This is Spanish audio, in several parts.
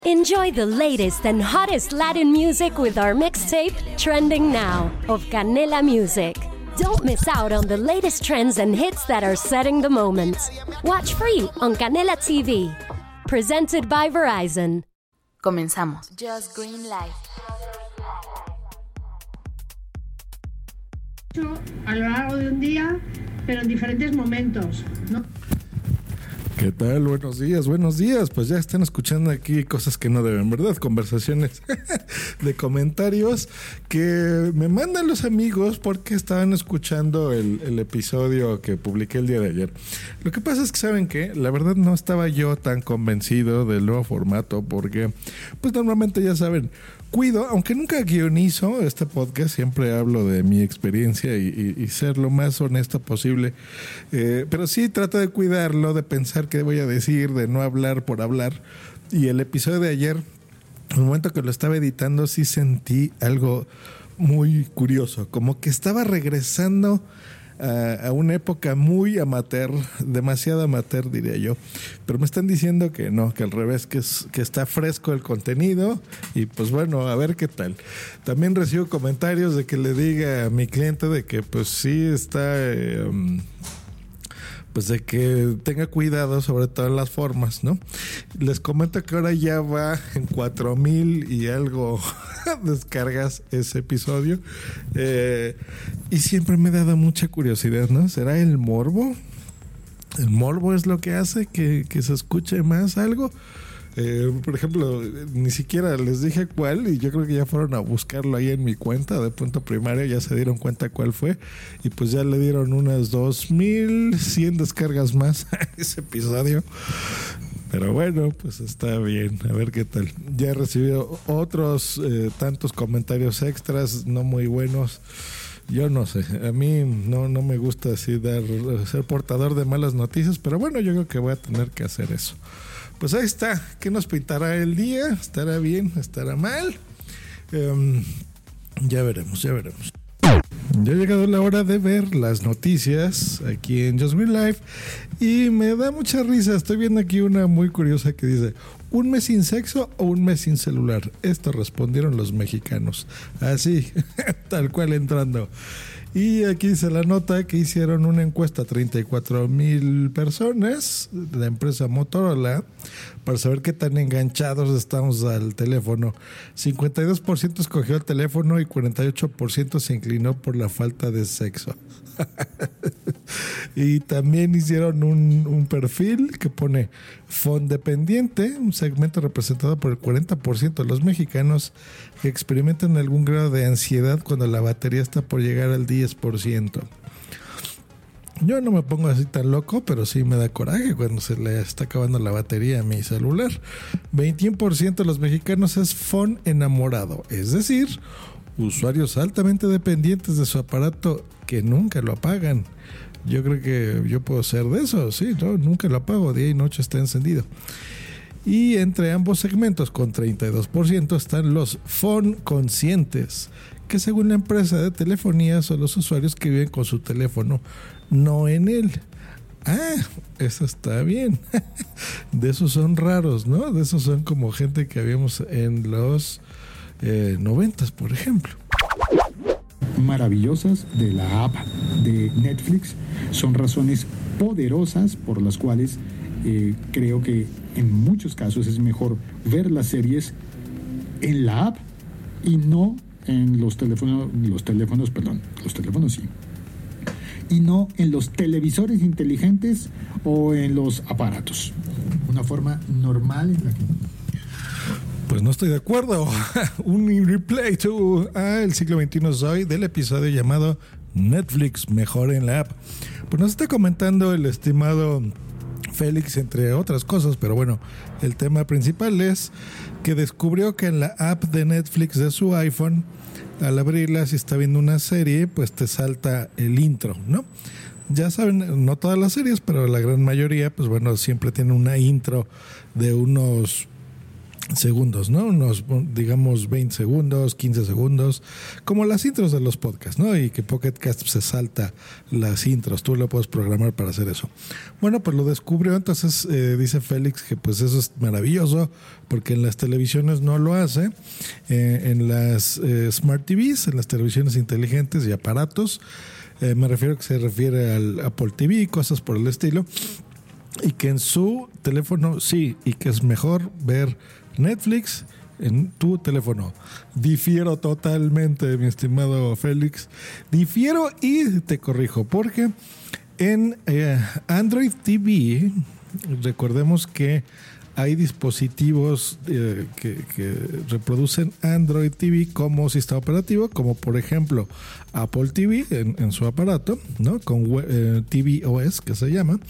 Enjoy the latest and hottest Latin music with our mixtape, Trending Now, of Canela Music. Don't miss out on the latest trends and hits that are setting the moment. Watch free on Canela TV. Presented by Verizon. Comenzamos. Just Green Light. A lo largo de un día, pero en diferentes momentos, ¿no? ¿Qué tal? Buenos días. Pues ya están escuchando aquí cosas que no deben, ¿verdad? Conversaciones de comentarios que me mandan los amigos porque estaban escuchando el episodio que publiqué el día de ayer. Lo que pasa es que, ¿saben qué? La verdad no estaba yo tan convencido del nuevo formato porque, pues normalmente ya saben, cuido, aunque nunca guionizo este podcast, siempre hablo de mi experiencia y ser lo más honesto posible, pero sí trato de cuidarlo, de pensar qué voy a decir, de no hablar por hablar. Y el episodio de ayer, en el momento que lo estaba editando, sí sentí algo muy curioso, como que estaba regresando a una época muy amateur, demasiado amateur diría yo, pero me están diciendo que no, que al revés, que está fresco el contenido y pues bueno, a ver qué tal. También recibo comentarios de que le diga a mi cliente de que pues sí está... pues de que tenga cuidado sobre todo en las formas, ¿no? Les comento que ahora ya va en 4,000 y algo descargas ese episodio, y siempre me ha dado mucha curiosidad, ¿no? ¿Será el morbo? ¿El morbo es lo que hace que se escuche más algo? Por ejemplo, ni siquiera les dije cuál y yo creo que ya fueron a buscarlo ahí en mi cuenta de Punto Primario, ya se dieron cuenta cuál fue y pues ya le dieron unas 2,100 descargas más a ese episodio. Pero bueno, pues está bien, a ver qué tal. Ya he recibido otros tantos comentarios extras no muy buenos. Yo no sé, a mí no me gusta así ser portador de malas noticias, pero bueno, yo creo que voy a tener que hacer eso. Pues ahí está, ¿qué nos pintará el día? ¿Estará bien? ¿Estará mal? Ya veremos. Ya ha llegado la hora de ver las noticias aquí en Just Green Life y me da mucha risa. Estoy viendo aquí una muy curiosa que dice: ¿un mes sin sexo o un mes sin celular? Esto respondieron los mexicanos. Así, tal cual entrando. Y aquí dice la nota que hicieron una encuesta a 34,000 personas de la empresa Motorola para saber qué tan enganchados estamos al teléfono. 52% escogió el teléfono y 48% se inclinó por la falta de sexo. Y también hicieron un perfil que pone phone dependiente, un segmento representado por el 40% de los mexicanos que experimentan algún grado de ansiedad cuando la batería está por llegar al 10%. Yo no me pongo así tan loco, pero sí me da coraje cuando se le está acabando la batería a mi celular. 21% de los mexicanos es phone enamorado, es decir, usuarios altamente dependientes de su aparato que nunca lo apagan. Yo creo que yo puedo ser de eso, sí, no, nunca lo apago, día y noche está encendido. Y entre ambos segmentos, con 32%, están los phone conscientes, que según la empresa de telefonía son los usuarios que viven con su teléfono, no en él. Ah, eso está bien. De esos son raros, ¿no? De esos son como gente que habíamos en los 90s, por ejemplo. Maravillosas de la app de Netflix son razones poderosas por las cuales creo que en muchos casos es mejor ver las series en la app y no en los teléfonos sí, y no en los televisores inteligentes o en los aparatos. Una forma normal en la que... Pues no estoy de acuerdo. Un replay to El siglo XXI soy del episodio llamado Netflix mejor en la app. Pues nos está comentando el estimado Félix, entre otras cosas, pero bueno, el tema principal es que descubrió que en la app de Netflix de su iPhone, al abrirla, si está viendo una serie, pues te salta el intro, ¿no? Ya saben, no todas las series, pero la gran mayoría, pues bueno, siempre tiene una intro de unos segundos, ¿no? Unos, digamos, 20 segundos, 15 segundos, como las intros de los podcasts, ¿no? Y que Pocket Cast se salta las intros, tú lo puedes programar para hacer eso. Bueno, pues lo descubrió, entonces dice Félix que pues eso es maravilloso, porque en las televisiones no lo hace, en las Smart TVs, en las televisiones inteligentes y aparatos, me refiero que se refiere al Apple TV y cosas por el estilo, y que en su teléfono sí, y que es mejor ver Netflix en tu teléfono. Difiero totalmente, mi estimado Félix. Difiero y te corrijo, porque en Android TV, recordemos que hay dispositivos que reproducen Android TV como sistema operativo, como por ejemplo Apple TV en su aparato, ¿no? Con tvOS, que se llama.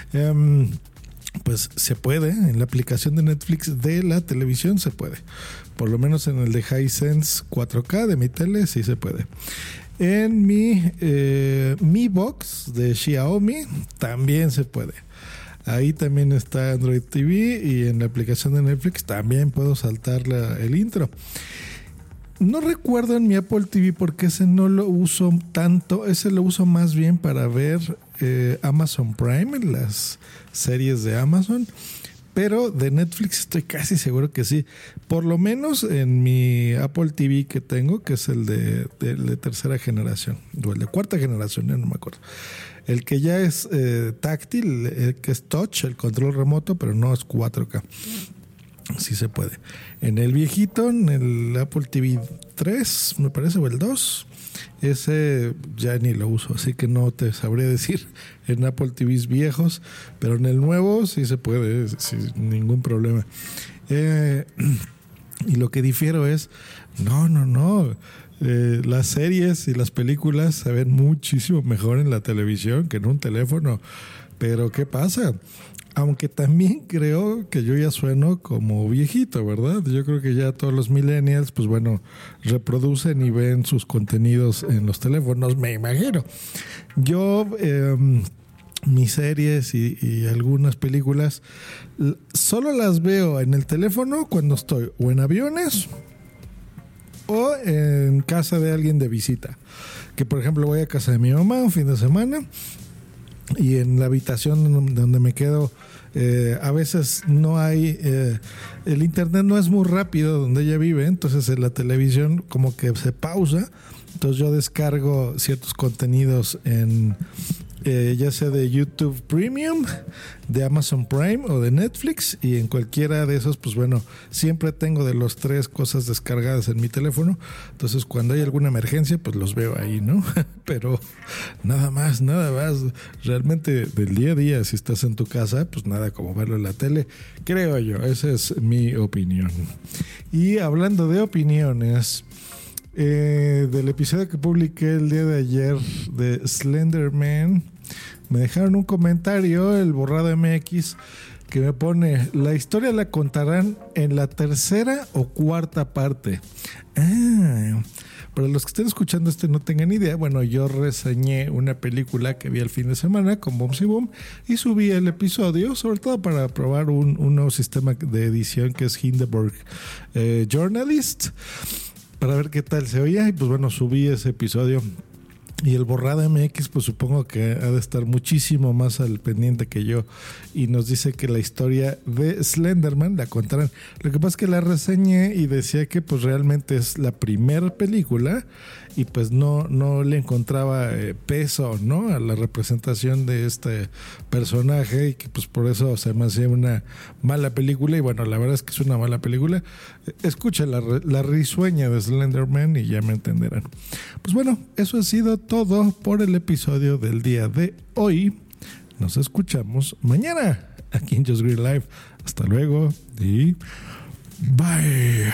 Pues se puede, en la aplicación de Netflix de la televisión se puede. Por lo menos en el de Hisense 4K de mi tele sí se puede. En Mi Box de Xiaomi también se puede. Ahí también está Android TV y en la aplicación de Netflix también puedo saltar el intro. No recuerdo en mi Apple TV porque ese no lo uso tanto, ese lo uso más bien para ver Amazon Prime, las series de Amazon, pero de Netflix estoy casi seguro que sí, por lo menos en mi Apple TV que tengo, que es el de tercera generación, o el de cuarta generación, no me acuerdo. El que ya es táctil, que es touch, el control remoto, pero no es 4K. Sí se puede. En el viejito, en el Apple TV 3, me parece, o el 2, ese ya ni lo uso, así que no te sabría decir en Apple TVs viejos, pero en el nuevo sí se puede, sin ningún problema. Y lo que difiero es, no. Las series y las películas se ven muchísimo mejor en la televisión que en un teléfono. Pero ¿qué pasa? Aunque también creo que yo ya sueno como viejito, ¿verdad? Yo creo que ya todos los millennials, pues bueno, reproducen y ven sus contenidos en los teléfonos, me imagino. Yo, mis series y algunas películas, solo las veo en el teléfono cuando estoy o en aviones o en casa de alguien de visita. Que por ejemplo voy a casa de mi mamá un fin de semana y en la habitación donde me quedo a veces no hay el internet no es muy rápido donde ella vive, entonces en la televisión como que se pausa, entonces yo descargo ciertos contenidos en ya sea de YouTube Premium, de Amazon Prime o de Netflix, y en cualquiera de esos pues bueno, siempre tengo de los tres cosas descargadas en mi teléfono, entonces cuando hay alguna emergencia pues los veo ahí, ¿no? Pero nada más, realmente del día a día, si estás en tu casa, pues nada como verlo en la tele, creo yo, esa es mi opinión. Y hablando de opiniones, del episodio que publiqué el día de ayer de Slender Man, me dejaron un comentario, el Borrado MX, que me pone: la historia la contarán en la tercera o cuarta parte. Para los que estén escuchando no tengan idea, bueno, yo reseñé una película que vi el fin de semana con Bumsy Boom y subí el episodio, sobre todo para probar un nuevo sistema de edición que es Hindenburg Journalist, para ver qué tal se oía, y pues bueno, subí ese episodio. Y el Borrado MX, pues supongo que ha de estar muchísimo más al pendiente que yo, y nos dice que la historia de Slenderman la contarán. Lo que pasa es que la reseñé y decía que pues realmente es la primera película y pues no le encontraba peso, ¿no?, a la representación de este personaje, y que pues por eso se me hacía una mala película. Y bueno, la verdad es que es una mala película. Escucha la risueña de Slenderman y ya me entenderán. Pues bueno, eso ha sido todo por el episodio del día de hoy. Nos escuchamos mañana aquí en Just Green Live. Hasta luego y bye.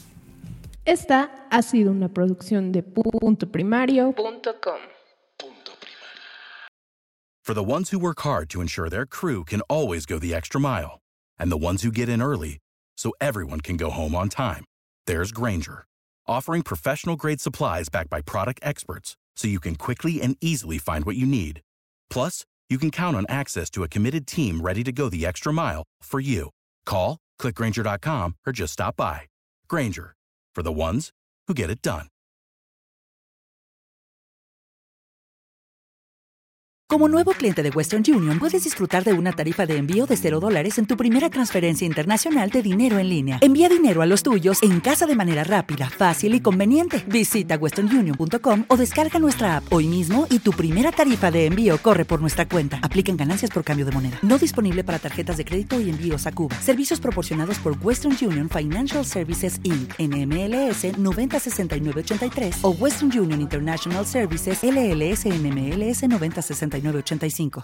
Esta ha sido una producción de puntoprimario.com. For the ones who work hard to ensure their crew can always go the extra mile, and the ones who get in early so everyone can go home on time, there's Grainger, offering professional-grade supplies backed by product experts so you can quickly and easily find what you need. Plus, you can count on access to a committed team ready to go the extra mile for you. Call, Click Grainger.com or just stop by. Grainger, for the ones who get it done. Como nuevo cliente de Western Union, puedes disfrutar de una tarifa de envío de $0 en tu primera transferencia internacional de dinero en línea. Envía dinero a los tuyos en casa de manera rápida, fácil y conveniente. Visita westernunion.com o descarga nuestra app hoy mismo y tu primera tarifa de envío corre por nuestra cuenta. Aplican ganancias por cambio de moneda. No disponible para tarjetas de crédito y envíos a Cuba. Servicios proporcionados por Western Union Financial Services Inc. NMLS 906983 o Western Union International Services LLS NMLS 906985.